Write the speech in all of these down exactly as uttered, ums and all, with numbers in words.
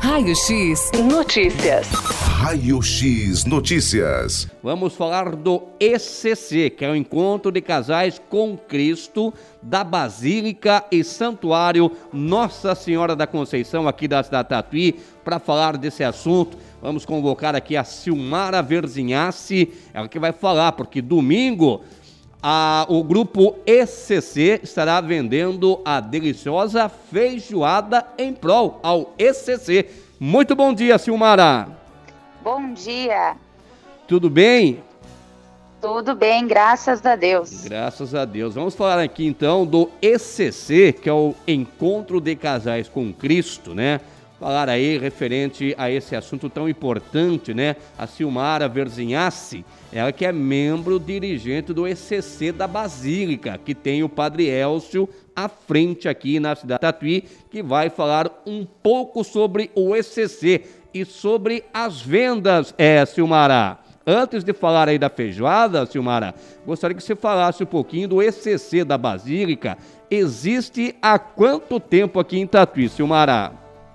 Raio X Notícias. Raio X Notícias. Vamos falar do E C C, que é o Encontro de Casais com Cristo da Basílica e Santuário Nossa Senhora da Conceição, aqui da cidade de Tatuí. Para falar desse assunto, vamos convocar aqui a Silmara Verzinhassi, ela que vai falar, porque domingo a, o grupo E C C estará vendendo a deliciosa feijoada em prol ao E C C. Muito bom dia, Silmara. Bom dia. Tudo bem? Tudo bem, graças a Deus. Graças a Deus. Vamos falar aqui então do E C C, que é o Encontro de Casais com Cristo, né? Falar aí referente a esse assunto tão importante, né? A Silmara Verzinhassi, ela que é membro dirigente do E C C da Basílica, que tem o Padre Elcio à frente aqui na cidade de Tatuí, que vai falar um pouco sobre o E C C e sobre as vendas, é, Silmara. Antes de falar aí da feijoada, Silmara, gostaria que você falasse um pouquinho do E C C da Basílica. Existe há quanto tempo aqui em Tatuí, Silmara?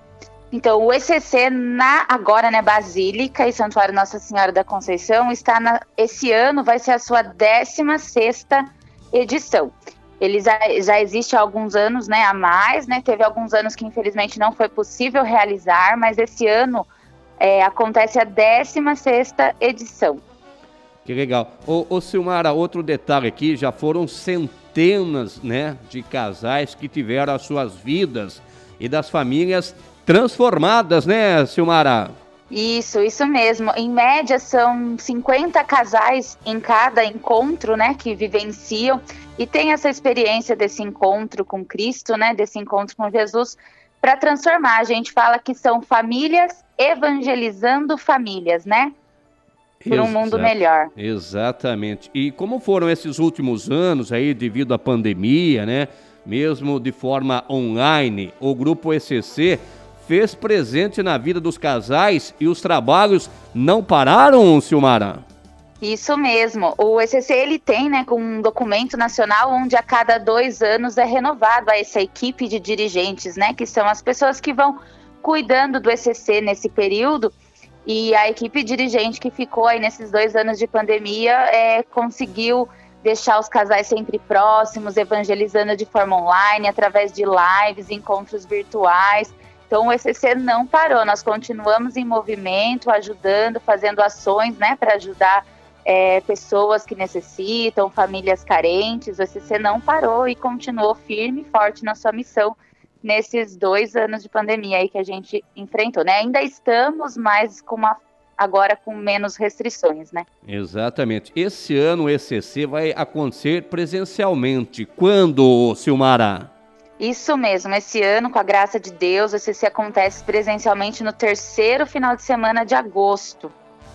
Então, o E C C, na, agora, né, Basílica e Santuário Nossa Senhora da Conceição, está na, esse ano vai ser a sua décima sexta edição. Ele já, já existe há alguns anos, né, a mais, né, teve alguns anos que infelizmente não foi possível realizar, mas esse ano é, acontece a décima sexta edição. Que legal. Ô, ô Silmara, outro detalhe aqui, já foram centenas, né, de casais que tiveram as suas vidas e das famílias transformadas, né, Silmara? Isso, isso mesmo. Em média, são cinquenta casais em cada encontro, né, que vivenciam e tem essa experiência desse encontro com Cristo, né, desse encontro com Jesus, para transformar. A gente fala que são famílias evangelizando famílias, né, por um Exato, mundo melhor. Exatamente. E como foram esses últimos anos aí, devido à pandemia, né, mesmo de forma online, o Grupo E C C fez presente na vida dos casais e os trabalhos não pararam, Silmara? Isso mesmo. O E C C, ele tem, né, um documento nacional onde a cada dois anos é renovado essa equipe de dirigentes, né, que são as pessoas que vão cuidando do E C C nesse período. E a equipe dirigente que ficou aí nesses dois anos de pandemia é, conseguiu deixar os casais sempre próximos, evangelizando de forma online, através de lives, encontros virtuais. Então, o E C C não parou, nós continuamos em movimento, ajudando, fazendo ações, né, para ajudar é, pessoas que necessitam, famílias carentes. O E C C não parou e continuou firme e forte na sua missão nesses dois anos de pandemia aí que a gente enfrentou, né? Ainda estamos, mas com uma, agora com menos restrições, né? Exatamente. Esse ano o E C C vai acontecer presencialmente. Quando, Silmara? Isso mesmo, esse ano, com a graça de Deus, o E C C acontece presencialmente no terceiro final de semana de agosto.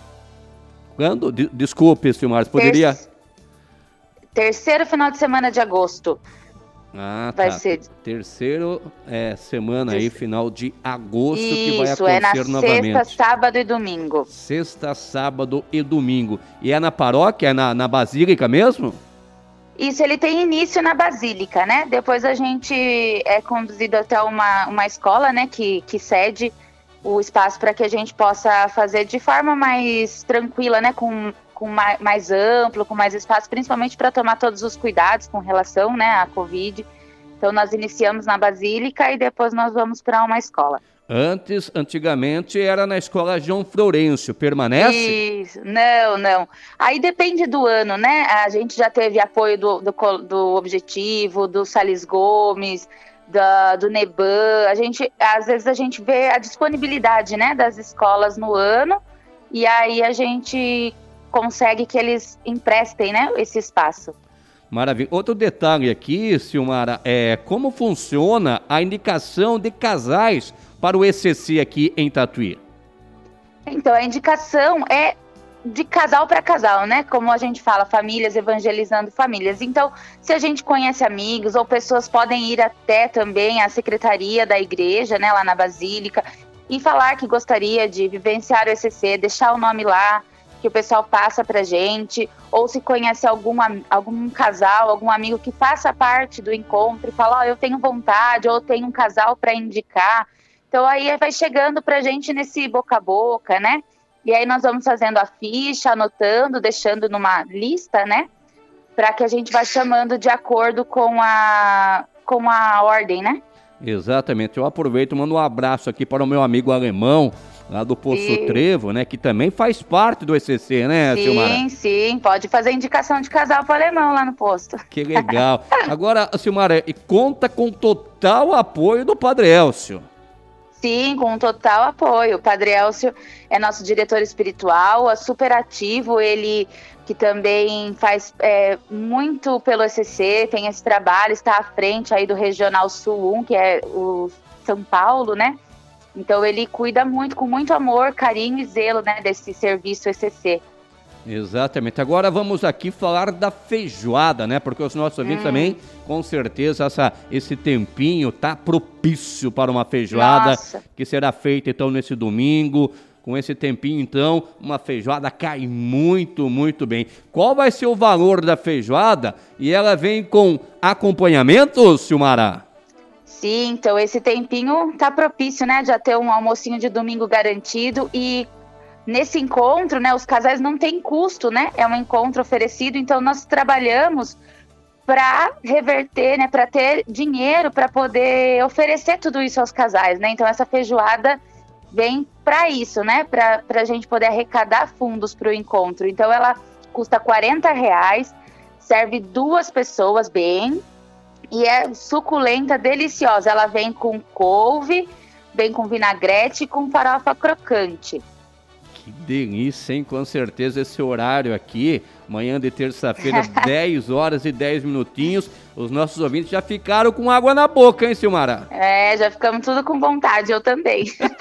Quando? De- Desculpe, Silmara, você poderia... Ter... Terceiro final de semana de agosto. Ah, vai tá. ser... Terceiro é, semana aí, final de agosto, Isso, que vai acontecer é na novamente. sexta, sábado e domingo. Sexta, sábado e domingo. E é na paróquia, é na, na Basílica mesmo? Isso, ele tem início na Basílica, né? Depois a gente é conduzido até uma, uma escola, né, que, que cede o espaço para que a gente possa fazer de forma mais tranquila, né, com, com mais, mais amplo, com mais espaço, principalmente para tomar todos os cuidados com relação, né, à Covid. Então, nós iniciamos na Basílica e depois nós vamos para uma escola. Antes, antigamente, era na escola João Florencio, permanece? Isso, não, não. Aí depende do ano, né? A gente já teve apoio do, do, do Objetivo, do Salles Gomes, da, do Neban. A gente, às vezes a gente vê a disponibilidade, né, das escolas no ano e aí a gente consegue que eles emprestem, né, esse espaço. Maravilha. Outro detalhe aqui, Silmara, é como funciona a indicação de casais para o E C C aqui em Tatuí? Então, a indicação é de casal para casal, né? Como a gente fala, famílias evangelizando famílias. Então, se a gente conhece amigos ou pessoas podem ir até também à secretaria da igreja, né, lá na Basílica, e falar que gostaria de vivenciar o E C C, deixar o nome lá, que o pessoal passa pra gente, ou se conhece algum, algum casal, algum amigo que faça parte do encontro e fala, ó, oh, eu tenho vontade, ou eu tenho um casal para indicar. Então aí vai chegando pra gente nesse boca a boca, né? E aí nós vamos fazendo a ficha, anotando, deixando numa lista, né? Para que a gente vá chamando de acordo com a, com a ordem, né? Exatamente. Eu aproveito e mando um abraço aqui para o meu amigo alemão, lá do Poço Sim. Trevo, né? Que também faz parte do E C C, né, Silmara? Sim, sim. Pode fazer indicação de casal para o alemão lá no posto. Que legal. Agora, Silmara, e conta com total apoio do Padre Elcio. Sim, com total apoio. O Padre Elcio é nosso diretor espiritual, é super ativo, ele que também faz é, muito pelo E C C, tem esse trabalho, está à frente aí do Regional Sul um, que é o São Paulo, né? Então ele cuida muito, com muito amor, carinho e zelo, né, desse serviço E C C. Exatamente. Agora vamos aqui falar da feijoada, né? Porque os nossos ouvintes hum. também, com certeza, essa, esse tempinho tá propício para uma feijoada. Nossa. Que será feita, então, nesse domingo. Com esse tempinho, então, uma feijoada cai muito, muito bem. Qual vai ser o valor da feijoada? E ela vem com acompanhamento, Silmara? Sim, então esse tempinho tá propício, né? Já ter um almocinho de domingo garantido e... Nesse encontro, né, os casais não têm custo, né? É um encontro oferecido, então nós trabalhamos para reverter, né, para ter dinheiro para poder oferecer tudo isso aos casais, né? Então essa feijoada vem para isso, né? Para a gente poder arrecadar fundos para o encontro. Então ela custa quarenta reais, serve duas pessoas bem e é suculenta, deliciosa. Ela vem com couve, vem com vinagrete e com farofa crocante. Que delícia, hein? Com certeza esse horário aqui, manhã de terça-feira, dez horas e dez minutinhos, os nossos ouvintes já ficaram com água na boca, hein, Silmara? É, já ficamos tudo com vontade, eu também.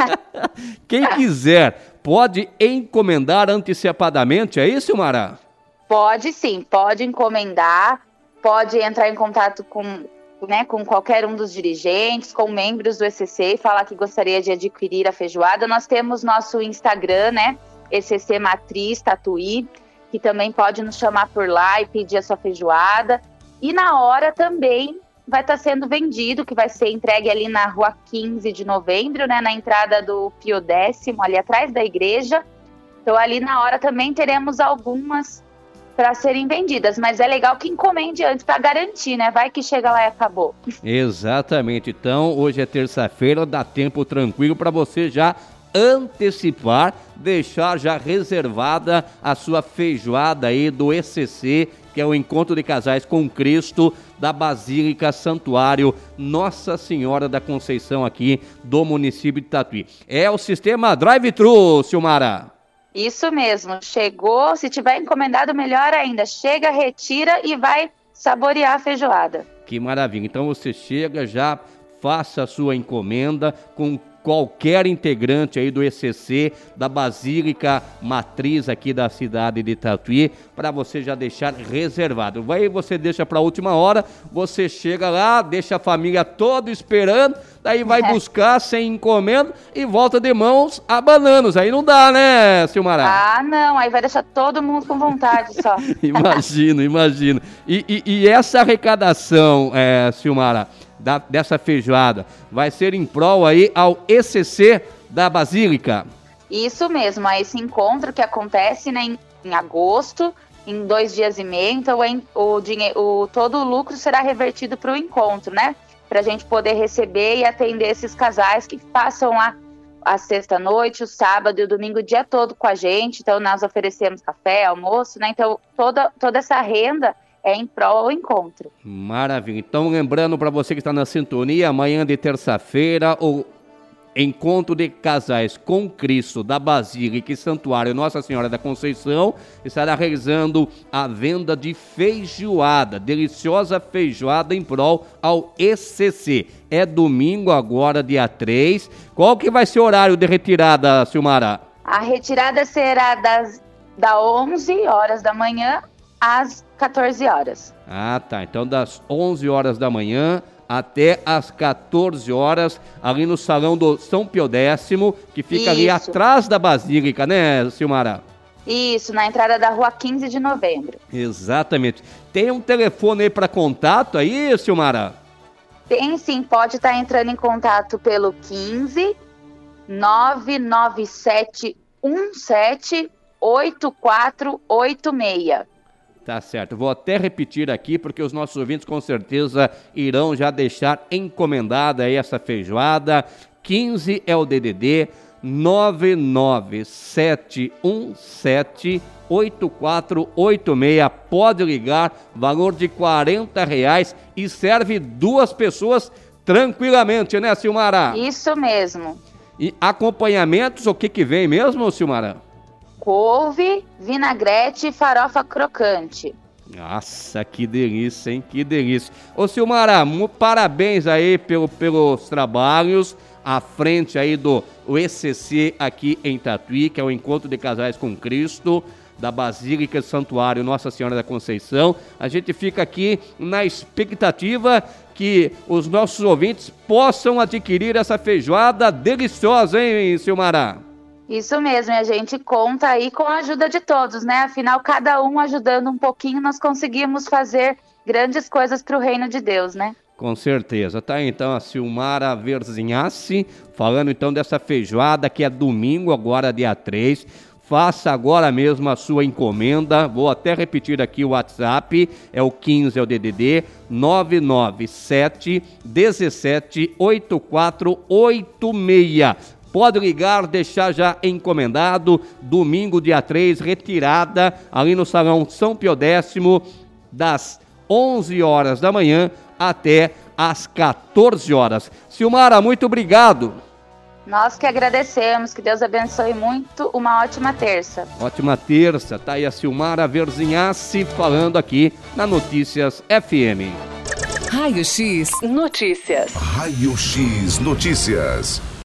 Quem quiser, pode encomendar antecipadamente, é isso, Silmara? Pode sim, pode encomendar, pode entrar em contato com, né, com qualquer um dos dirigentes, com membros do E C C e falar que gostaria de adquirir a feijoada. Nós temos nosso Instagram, né, E C C Matriz Tatuí, que também pode nos chamar por lá e pedir a sua feijoada. E na hora também vai estar sendo vendido, que vai ser entregue ali na rua quinze de novembro, né, na entrada do Pio Décimo, ali atrás da igreja. Então ali na hora também teremos algumas para serem vendidas, mas é legal que encomende antes para garantir, né? Vai que chega lá e acabou. Exatamente. Então, hoje é terça-feira, dá tempo tranquilo para você já antecipar, deixar já reservada a sua feijoada aí do E C C, que é o Encontro de Casais com Cristo da Basílica Santuário Nossa Senhora da Conceição aqui do município de Tatuí. É o sistema drive-thru, Silmara. Isso mesmo, chegou, se tiver encomendado, melhor ainda, chega, retira e vai saborear a feijoada. Que maravilha, então você chega, já faça a sua encomenda com qualquer integrante aí do E C C, da Basílica Matriz aqui da cidade de Tatuí, para você já deixar reservado. Aí você deixa para a última hora, você chega lá, deixa a família toda esperando, daí vai buscar sem encomenda e volta de mãos abanando. Aí não dá, né, Silmara? Ah, não, aí vai deixar todo mundo com vontade só. Imagino, imagino. E, e, e essa arrecadação, é, Silmara, Da, dessa feijoada, vai ser em prol aí ao E C C da Basílica? Isso mesmo, é esse encontro que acontece, né, em, em agosto, em dois dias e meio, então em, o, dinheiro, o, todo o lucro será revertido para o encontro, né, para a gente poder receber e atender esses casais que passam lá a sexta-noite, o sábado e o domingo o dia todo com a gente. Então nós oferecemos café, almoço, né, então toda, toda essa renda é em prol ao encontro. Maravilha. Então, lembrando para você que está na sintonia, amanhã de terça-feira, o Encontro de Casais com Cristo da Basílica e Santuário Nossa Senhora da Conceição estará realizando a venda de feijoada, deliciosa feijoada em prol ao E C C. É domingo agora, dia três. Qual que vai ser o horário de retirada, Silmara? A retirada será das da onze horas da manhã às quatorze horas. Ah, tá. Então, das onze horas da manhã até às quatorze horas, ali no Salão do São Pio Décimo, que fica Isso. ali atrás da Basílica, né, Silmara? Isso, na entrada da rua quinze de novembro. Exatamente. Tem um telefone aí para contato aí, Silmara? Tem sim, pode estar entrando em contato pelo quinze, nove nove sete um sete oito quatro oito seis. Tá certo, vou até repetir aqui, porque os nossos ouvintes com certeza irão já deixar encomendada aí essa feijoada. quinze é o D D D, nove nove sete um sete oito quatro oito seis. Pode ligar, valor de quarenta reais e serve duas pessoas tranquilamente, né, Silmara? Isso mesmo. E acompanhamentos, o que que vem mesmo, Silmara? Couve, vinagrete e farofa crocante. Nossa, que delícia, hein? Que delícia. Ô, Silmara, parabéns aí pelo, pelos trabalhos à frente aí do o E C C aqui em Tatuí, que é o Encontro de Casais com Cristo, da Basílica Santuário Nossa Senhora da Conceição. A gente fica aqui na expectativa que os nossos ouvintes possam adquirir essa feijoada deliciosa, hein, Silmara? Isso mesmo, e a gente conta aí com a ajuda de todos, né? Afinal, cada um ajudando um pouquinho, nós conseguimos fazer grandes coisas para o reino de Deus, né? Com certeza. Tá aí, então, a Silmara Verzinhassi, falando então dessa feijoada que é domingo, agora dia três. Faça agora mesmo a sua encomenda. Vou até repetir aqui o WhatsApp, é o quinze, é o D D D, nove nove sete um sete oito quatro oito seis. Pode ligar, deixar já encomendado, domingo, dia três, retirada, ali no Salão São Pio X, das onze horas da manhã até às quatorze horas. Silmara, muito obrigado. Nós que agradecemos, que Deus abençoe muito, uma ótima terça. Ótima terça, tá aí a Silmara Verzinhassi falando aqui na Notícias F M. Raio X Notícias. Raio X Notícias.